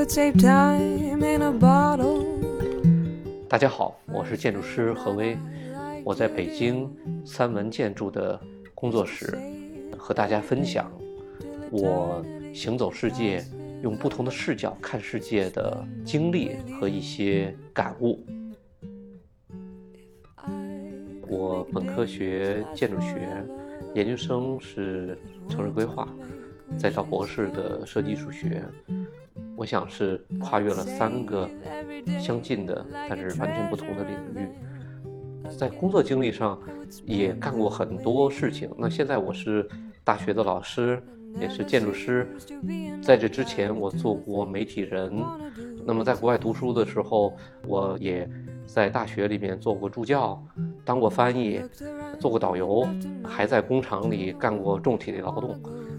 videotape time in a bottle。 大家好，我是建筑师何威，我在北京三文建筑的工作室和大家分享我行走世界，用不同的视角看世界的经历和一些感悟。我本科学建筑学，研究生是城市规划，再到博士的设计艺术学，我想是跨越了3个相近的但是完全不同的领域。在工作经历上也干过很多事情，那现在我是大学的老师，也是建筑师。在这之前我做过媒体人，那么在国外读书的时候，我也在大学里面做过助教，当过翻译，做过导游，还在工厂里干过重体力劳动。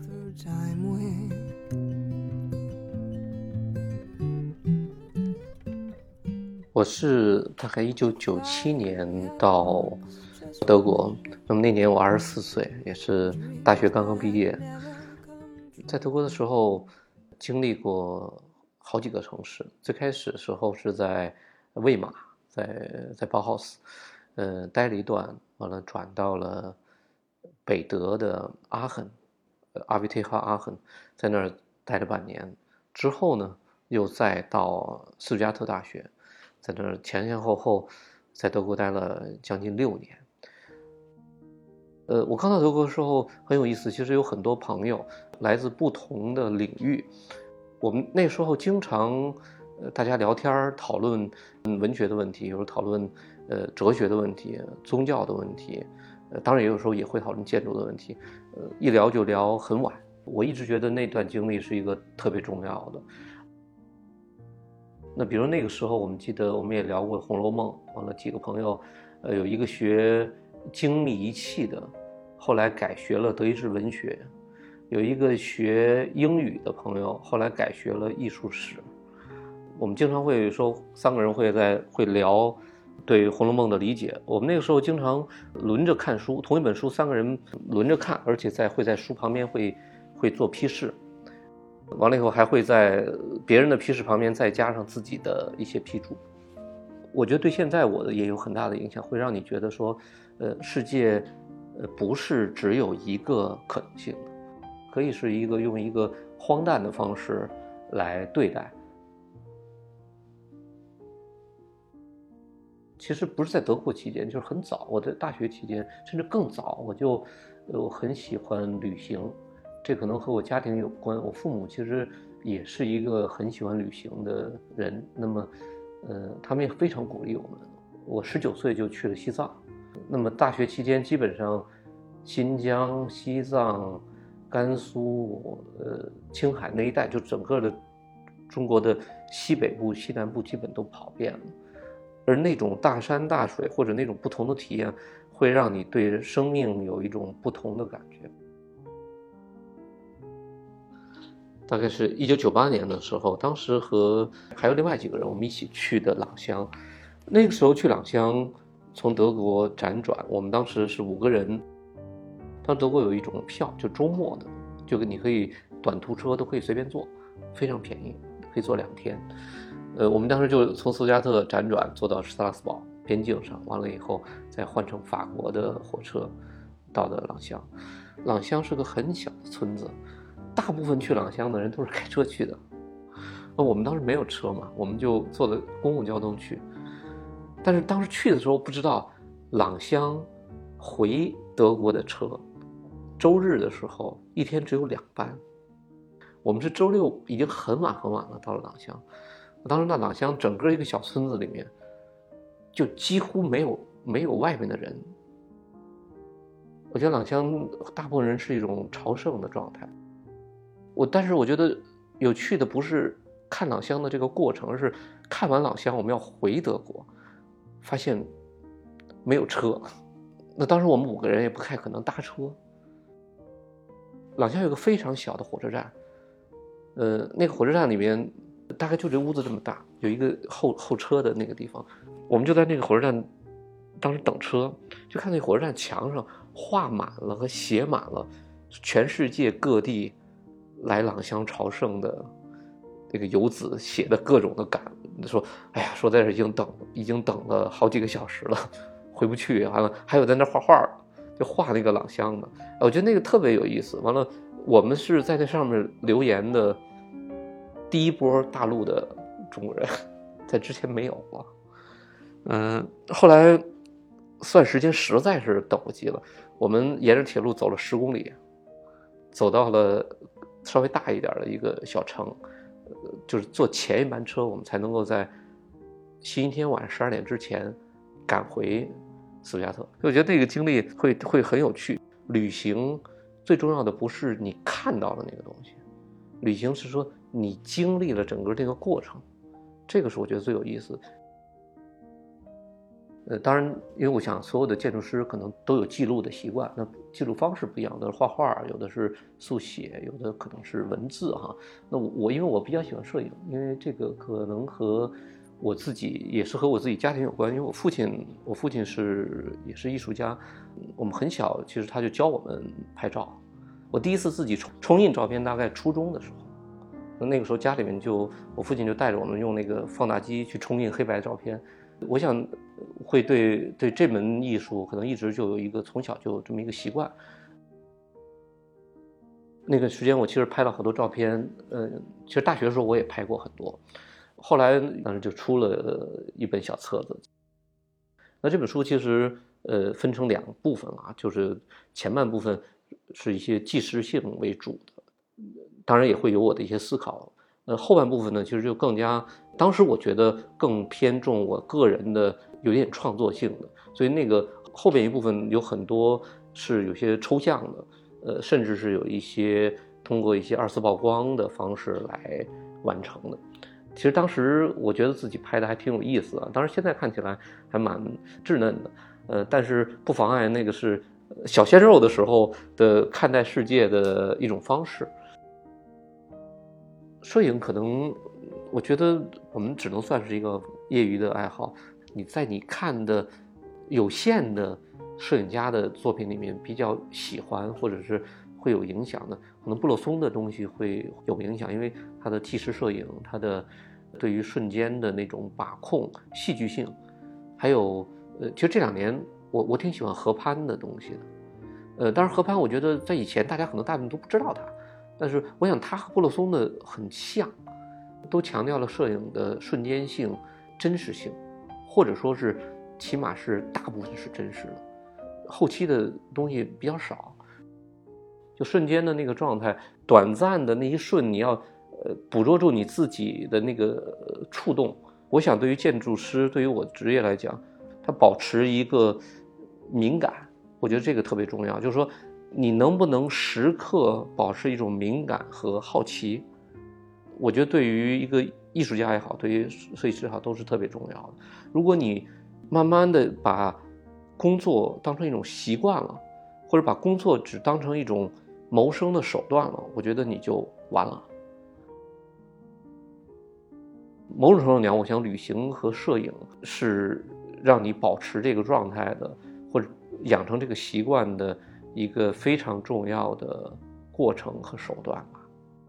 我是大概1997年到德国，那么那年我24岁，也是大学刚刚毕业。在德国的时候经历过好几个城市，最开始的时候是在魏玛，在包豪斯待了一段，完了转到了北德的阿亨，阿维特哈阿亨，在那儿待了半年。之后呢又再到斯图加特大学，在那儿前后在德国待了将近6年。我刚到德国的时候很有意思，其实有很多朋友来自不同的领域。我们那时候经常大家聊天讨论文学的问题，有时候讨论哲学的问题，宗教的问题，当然也有时候也会讨论建筑的问题，一聊就聊很晚。我一直觉得那段经历是一个特别重要的。那比如那个时候我们记得我们也聊过《红楼梦》，完了几个朋友有一个学精密仪器的，后来改学了德意志文学，有一个学英语的朋友后来改学了艺术史。我们经常会说3个人会聊对《红楼梦》的理解。我们那个时候经常轮着看书，同一本书3个人轮着看，而且会在书旁边会做批示，完了以后还会在别人的批示旁边再加上自己的一些批注。我觉得对现在我的也有很大的影响，会让你觉得说世界不是只有一个可能性的，可以是用一个荒诞的方式来对待。其实不是在德国期间，就是很早，我在大学期间甚至更早，我很喜欢旅行。这可能和我家庭有关，我父母其实也是一个很喜欢旅行的人，那么他们也非常鼓励我们。我19岁就去了西藏，那么大学期间基本上新疆、西藏、甘肃、青海那一带，就整个的中国的西北部、西南部基本都跑遍了。而那种大山大水或者那种不同的体验，会让你对生命有一种不同的感觉。大概是1998年的时候，当时还有另外几个人，我们一起去的朗香。那个时候去朗香，从德国辗转，我们当时是5个人。当时德国有一种票，就周末的，就你可以短途车都可以随便坐，非常便宜，可以坐2天。我们当时就从斯图加特辗转坐到斯特拉斯堡边境上，完了以后再换乘法国的火车到的朗香。朗香是个很小的村子，大部分去朗香的人都是开车去的。我们当时没有车嘛，我们就坐的公共交通去。但是当时去的时候不知道，朗香回德国的车周日的时候一天只有2班。我们是周六已经很晚了到了朗香。当时那朗香整个一个小村子里面就几乎没有外面的人。我觉得朗香大部分人是一种朝圣的状态。但是我觉得有趣的不是看朗香的这个过程，而是看完朗香我们要回德国，发现没有车。那当时我们5个人也不太可能搭车。朗香有个非常小的火车站，那个火车站里面大概就这屋子这么大，有一个候车的那个地方，我们就在那个火车站当时等车，就看那火车站墙上画满了和写满了全世界各地来朗香朝圣的那个游子写的各种的说，哎呀，说在这已经等了好几个小时了，回不去，完了还有在那画画，就画那个朗香的，我觉得那个特别有意思。完了，我们是在那上面留言的第一波大陆的中国人，在之前没有过。后来算时间实在是等不及了，我们沿着铁路走了10公里，走到了稍微大一点的一个小城，就是坐前一班车，我们才能够在星期天晚上12点之前赶回斯图加特。我觉得那个经历会很有趣。旅行最重要的不是你看到的那个东西，旅行是说你经历了整个这个过程，这个是我觉得最有意思。当然，因为我想所有的建筑师可能都有记录的习惯，那记录方式不一样，有的是画画，有的是速写，有的可能是文字哈。那因为我比较喜欢摄影，因为这个可能和我自己也是和我自己家庭有关，因为我父亲也是艺术家，我们很小其实他就教我们拍照。我第一次自己冲印照片大概初中的时候，那个时候家里面我父亲就带着我们用那个放大机去冲印黑白照片。我想会对这门艺术可能一直就有一个从小就有这么一个习惯。那个时间我其实拍了好多照片，其实大学的时候我也拍过很多，后来当时就出了一本小册子。那这本书其实分成2部分啊，就是前半部分是一些纪实性为主的，当然也会有我的一些思考。后半部分呢，其实就更加，当时我觉得更偏重我个人的有点创作性的，所以那个后边一部分有很多是有些抽象的，甚至是有一些通过一些2次曝光的方式来完成的。其实当时我觉得自己拍的还挺有意思啊，当然现在看起来还蛮稚嫩的，但是不妨碍那个是小鲜肉的时候的看待世界的一种方式。摄影可能我觉得我们只能算是一个业余的爱好，你在你看的有限的摄影家的作品里面比较喜欢或者是会有影响的，可能布洛松的东西会有影响，因为他的纪实摄影，他的对于瞬间的那种把控戏剧性，还有其实这2年我挺喜欢何潘的东西的。当然何潘我觉得在以前大部分都不知道他，但是我想他和布洛松的很像，都强调了摄影的瞬间性、真实性，或者说是起码是大部分是真实的，后期的东西比较少。就瞬间的那个状态，短暂的那一瞬，你要捕捉住你自己的那个触动。我想对于建筑师，对于我职业来讲，他保持一个敏感，我觉得这个特别重要，就是说你能不能时刻保持一种敏感和好奇，我觉得对于一个艺术家也好，对于设计师也好，都是特别重要的。如果你慢慢的把工作当成一种习惯了，或者把工作只当成一种谋生的手段了，我觉得你就完了。某种程度讲，我想旅行和摄影是让你保持这个状态的，或者养成这个习惯的一个非常重要的过程和手段吧。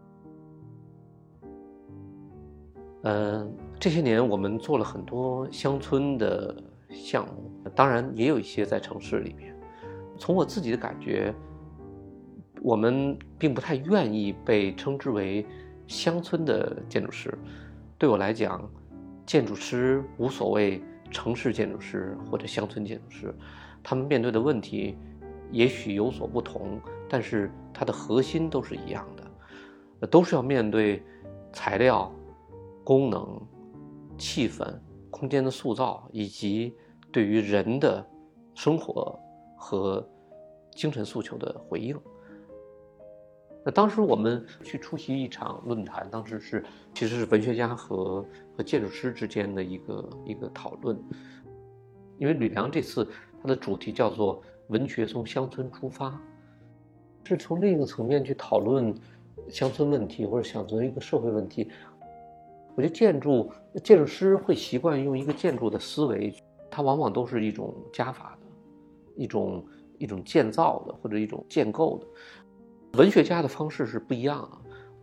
这些年我们做了很多乡村的项目，当然也有一些在城市里面。从我自己的感觉，我们并不太愿意被称之为乡村的建筑师。对我来讲，建筑师无所谓城市建筑师或者乡村建筑师，他们面对的问题也许有所不同，但是它的核心都是一样的，都是要面对材料、功能、气氛、空间的塑造，以及对于人的生活和精神诉求的回应。那当时我们去出席一场论坛，当时其实是文学家和建筑师之间的一个讨论。因为吕梁这次他的主题叫做文学从乡村出发，是从另一个层面去讨论乡村问题或者乡村一个社会问题。我觉得建筑师会习惯用一个建筑的思维，它往往都是一种加法的，一种建造的或者一种建构的。文学家的方式是不一样的，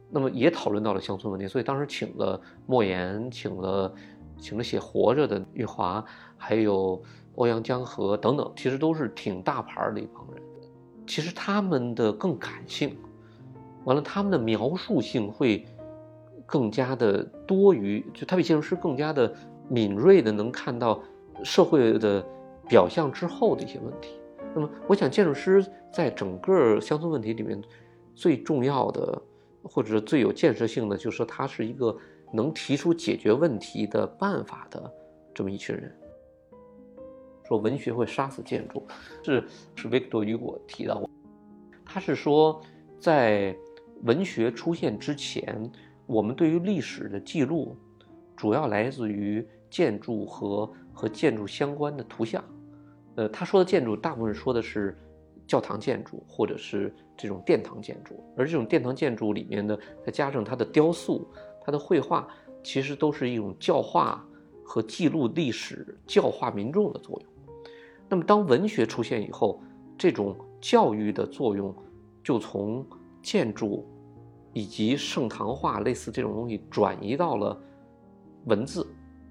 那么也讨论到了乡村问题，所以当时请了莫言，请了写《活着》的余华，还有欧阳江河等等，其实都是挺大牌的一帮人。其实他们的更感性，完了他们的描述性会更加的多于，就他比建筑师更加的敏锐的能看到社会的表象之后的一些问题。那么我想建筑师在整个乡村问题里面最重要的或者最有建设性的，就是说他是一个能提出解决问题的办法的这么一群人。说文学会杀死建筑，是 Victor Hugo 提到过，他是说在文学出现之前，我们对于历史的记录主要来自于建筑和建筑相关的图像。他说的建筑大部分说的是教堂建筑或者是这种殿堂建筑，而这种殿堂建筑里面的再加上它的雕塑、它的绘画，其实都是一种教化和记录历史、教化民众的作用。那么当文学出现以后，这种教育的作用就从建筑以及盛唐画类似这种东西转移到了文字。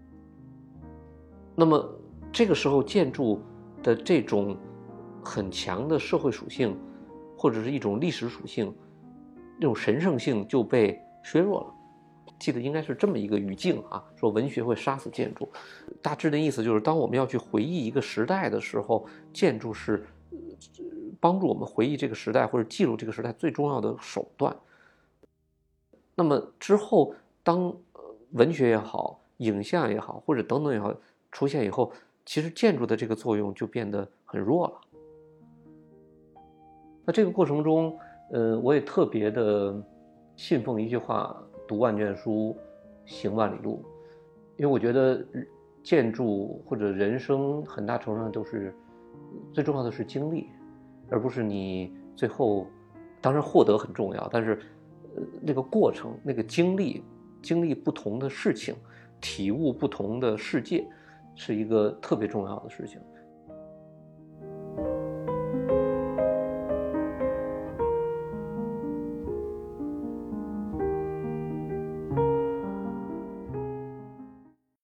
那么这个时候建筑的这种很强的社会属性或者是一种历史属性，这种神圣性就被削弱了。记得应该是这么一个语境啊，说文学会杀死建筑，大致的意思就是当我们要去回忆一个时代的时候，建筑是帮助我们回忆这个时代或者记录这个时代最重要的手段。那么之后当文学也好，影像也好，或者等等也好出现以后，其实建筑的这个作用就变得很弱了。那这个过程中我也特别的信奉一句话，读万卷书，行万里路。因为我觉得建筑或者人生很大程度上都是最重要的是经历，而不是你最后当然获得很重要，但是那个过程那个经历不同的事情，体悟不同的世界，是一个特别重要的事情。